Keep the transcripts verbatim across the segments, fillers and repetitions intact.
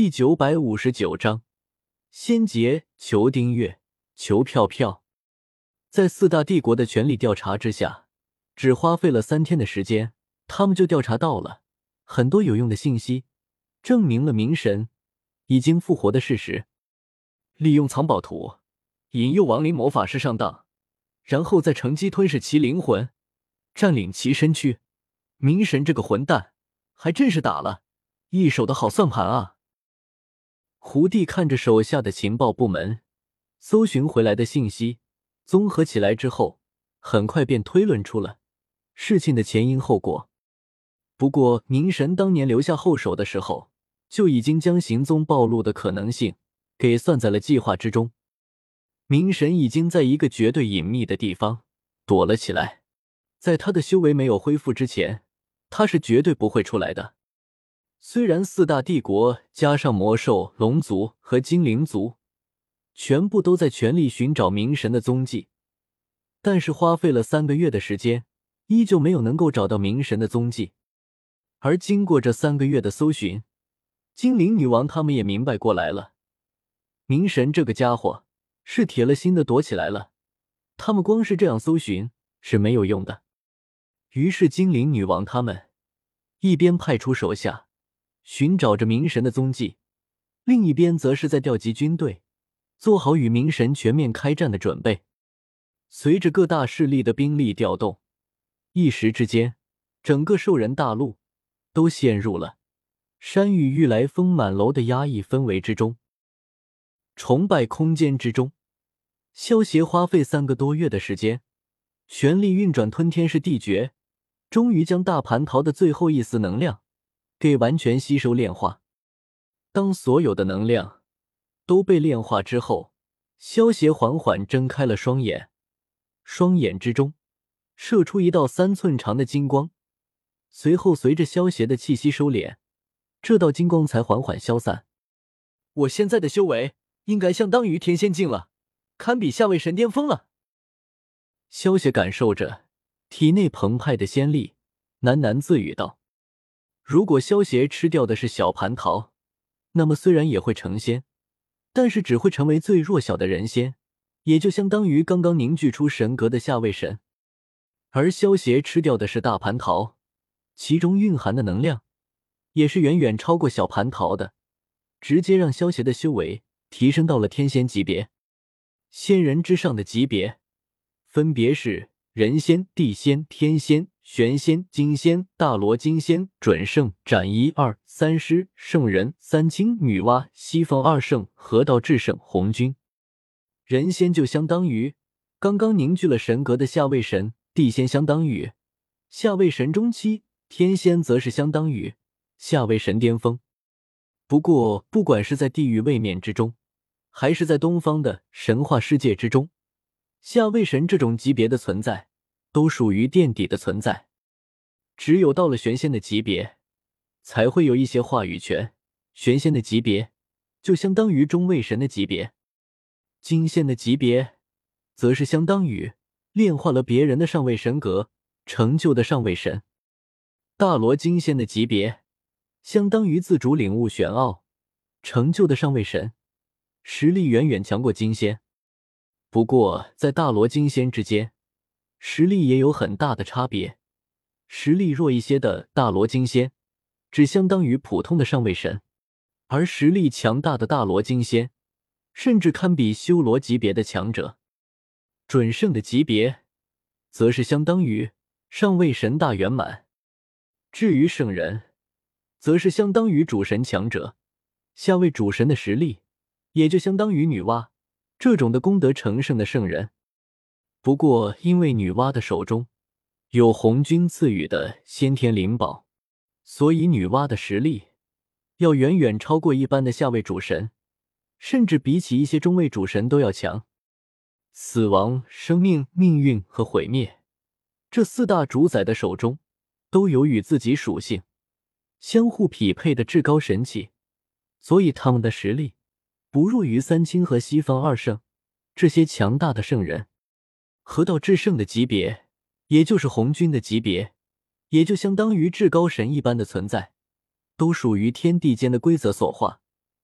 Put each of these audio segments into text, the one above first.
第九百五十九章，先杰，求订阅，求票票。在四大帝国的全力调查之下，只花费了三天的时间，他们就调查到了很多有用的信息，证明了冥神已经复活的事实。利用藏宝图引诱亡灵魔法师上当，然后再乘机吞噬其灵魂，占领其身躯。冥神这个混蛋还真是打了一手的好算盘啊！胡帝看着手下的情报部门搜寻回来的信息，综合起来之后，很快便推论出了事情的前因后果。不过冥神当年留下后手的时候，就已经将行踪暴露的可能性给算在了计划之中。冥神已经在一个绝对隐秘的地方躲了起来，在他的修为没有恢复之前，他是绝对不会出来的。虽然四大帝国加上魔兽、龙族和精灵族全部都在全力寻找冥神的踪迹，但是花费了三个月的时间，依旧没有能够找到冥神的踪迹。而经过这三个月的搜寻，精灵女王他们也明白过来了，冥神这个家伙是铁了心的躲起来了，他们光是这样搜寻是没有用的。于是精灵女王他们一边派出手下寻找着冥神的踪迹，另一边则是在调集军队，做好与冥神全面开战的准备。随着各大势力的兵力调动，一时之间，整个兽人大陆都陷入了山雨欲来风满楼的压抑氛围之中。崇拜空间之中，萧协花费三个多月的时间，全力运转吞天噬地诀，终于将大蟠桃的最后一丝能量给完全吸收炼化。当所有的能量都被炼化之后，萧协缓缓睁开了双眼，双眼之中射出一道三寸长的金光，随后随着萧协的气息收敛，这道金光才缓缓消散。我现在的修为应该相当于天仙境了，堪比下位神巅峰了。萧协感受着体内澎湃的仙力，喃喃自语道。如果萧协吃掉的是小蟠桃，那么虽然也会成仙，但是只会成为最弱小的人仙，也就相当于刚刚凝聚出神格的下位神。而萧协吃掉的是大蟠桃，其中蕴含的能量也是远远超过小蟠桃的，直接让萧协的修为提升到了天仙级别。仙人之上的级别分别是人仙、地仙、天仙、玄仙、金仙、大罗金仙、准圣、斩一二、三师、圣人、三清、女娲、西方二圣、河道至圣、红军。人仙就相当于刚刚凝聚了神格的下位神，地仙相当于下位神中期，天仙则是相当于下位神巅峰。不过不管是在地狱位面之中，还是在东方的神话世界之中，下位神这种级别的存在都属于垫底的存在。只有到了玄仙的级别才会有一些话语权，玄仙的级别就相当于中位神的级别，金仙的级别则是相当于炼化了别人的上位神格成就的上位神。大罗金仙的级别相当于自主领悟玄奥成就的上位神，实力远远强过金仙。不过在大罗金仙之间，实力也有很大的差别。实力弱一些的大罗金仙只相当于普通的上位神，而实力强大的大罗金仙甚至堪比修罗级别的强者。准圣的级别则是相当于上位神大圆满。至于圣人，则是相当于主神强者，下位主神的实力也就相当于女娲这种的功德成圣的圣人。不过因为女娲的手中有红军赐予的先天灵宝，所以女娲的实力要远远超过一般的下位主神，甚至比起一些中位主神都要强。死亡、生命、命运和毁灭，这四大主宰的手中都有与自己属性相互匹配的至高神器，所以他们的实力不弱于三清和西方二圣这些强大的圣人。河道至圣的级别，也就是红军的级别，也就相当于至高神一般的存在，都属于天地间的规则所化，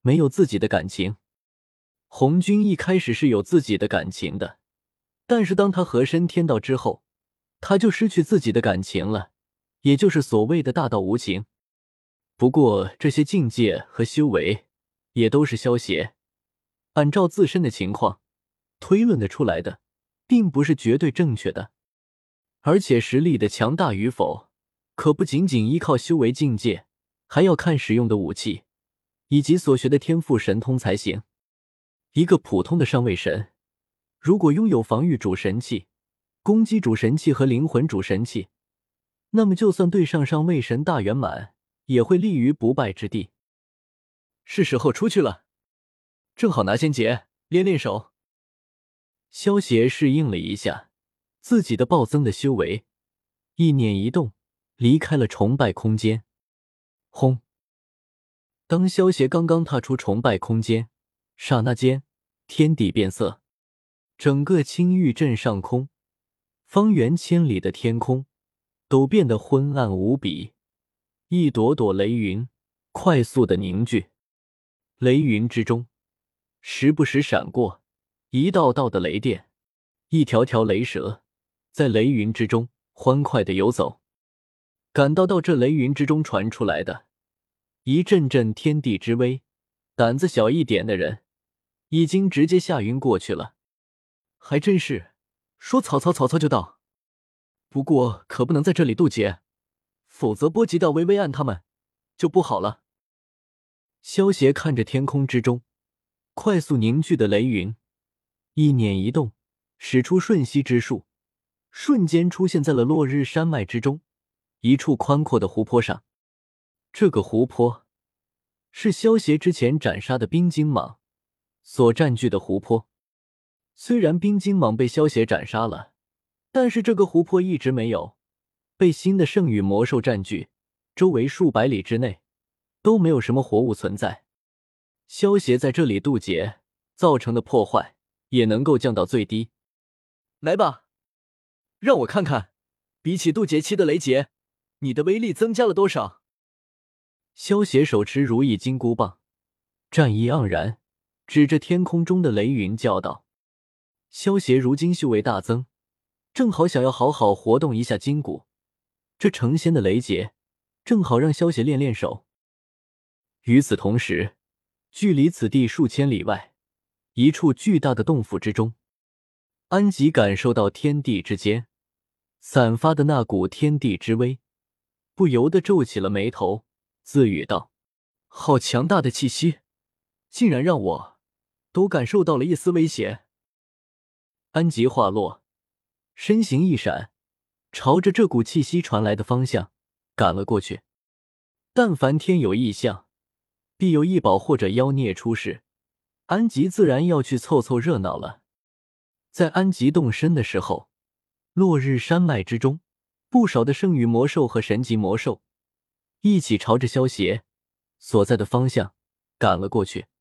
没有自己的感情。红军一开始是有自己的感情的，但是当他合身天道之后，他就失去自己的感情了，也就是所谓的大道无情。不过这些境界和修为也都是萧协按照自身的情况推论的出来的，并不是绝对正确的。而且实力的强大与否，可不仅仅依靠修为境界，还要看使用的武器以及所学的天赋神通才行。一个普通的上位神，如果拥有防御主神器、攻击主神器和灵魂主神器，那么就算对上上位神大圆满，也会立于不败之地。是时候出去了，正好拿仙劫练练手。萧协适应了一下自己的暴增的修为，意念一动，离开了崇拜空间。轰！当萧协刚刚踏出崇拜空间，刹那间天地变色，整个青玉镇上空，方圆千里的天空都变得昏暗无比，一朵朵雷云快速的凝聚，雷云之中时不时闪过一道道的雷电，一条条雷蛇在雷云之中欢快的游走。感到到这雷云之中传出来的一阵阵天地之威，胆子小一点的人已经直接吓晕过去了。还真是说曹操曹操就到，不过可不能在这里渡劫，否则波及到薇薇安他们就不好了。萧协看着天空之中快速凝聚的雷云，意念一动，使出瞬息之术，瞬间出现在了落日山脉之中一处宽阔的湖泊上。这个湖泊是萧协之前斩杀的冰晶蟒所占据的湖泊。虽然冰晶蟒被萧协斩杀了，但是这个湖泊一直没有被新的圣羽魔兽占据，周围数百里之内都没有什么活物存在。萧协在这里渡劫造成的破坏也能够降到最低。来吧，让我看看比起渡劫期的雷劫，你的威力增加了多少。萧协手持如意金箍棒，战意盎然，指着天空中的雷云叫道。萧协如今修为大增，正好想要好好活动一下筋骨，这成仙的雷劫正好让萧协练练手。与此同时，距离此地数千里外一处巨大的洞府之中，安吉感受到天地之间散发的那股天地之威，不由得皱起了眉头，自语道：好强大的气息，竟然让我都感受到了一丝威胁。安吉话落，身形一闪，朝着这股气息传来的方向赶了过去。但凡天有异象，必有异宝或者妖孽出世，安吉自然要去凑凑热闹了。在安吉动身的时候，落日山脉之中，不少的圣羽魔兽和神级魔兽一起朝着萧协所在的方向赶了过去。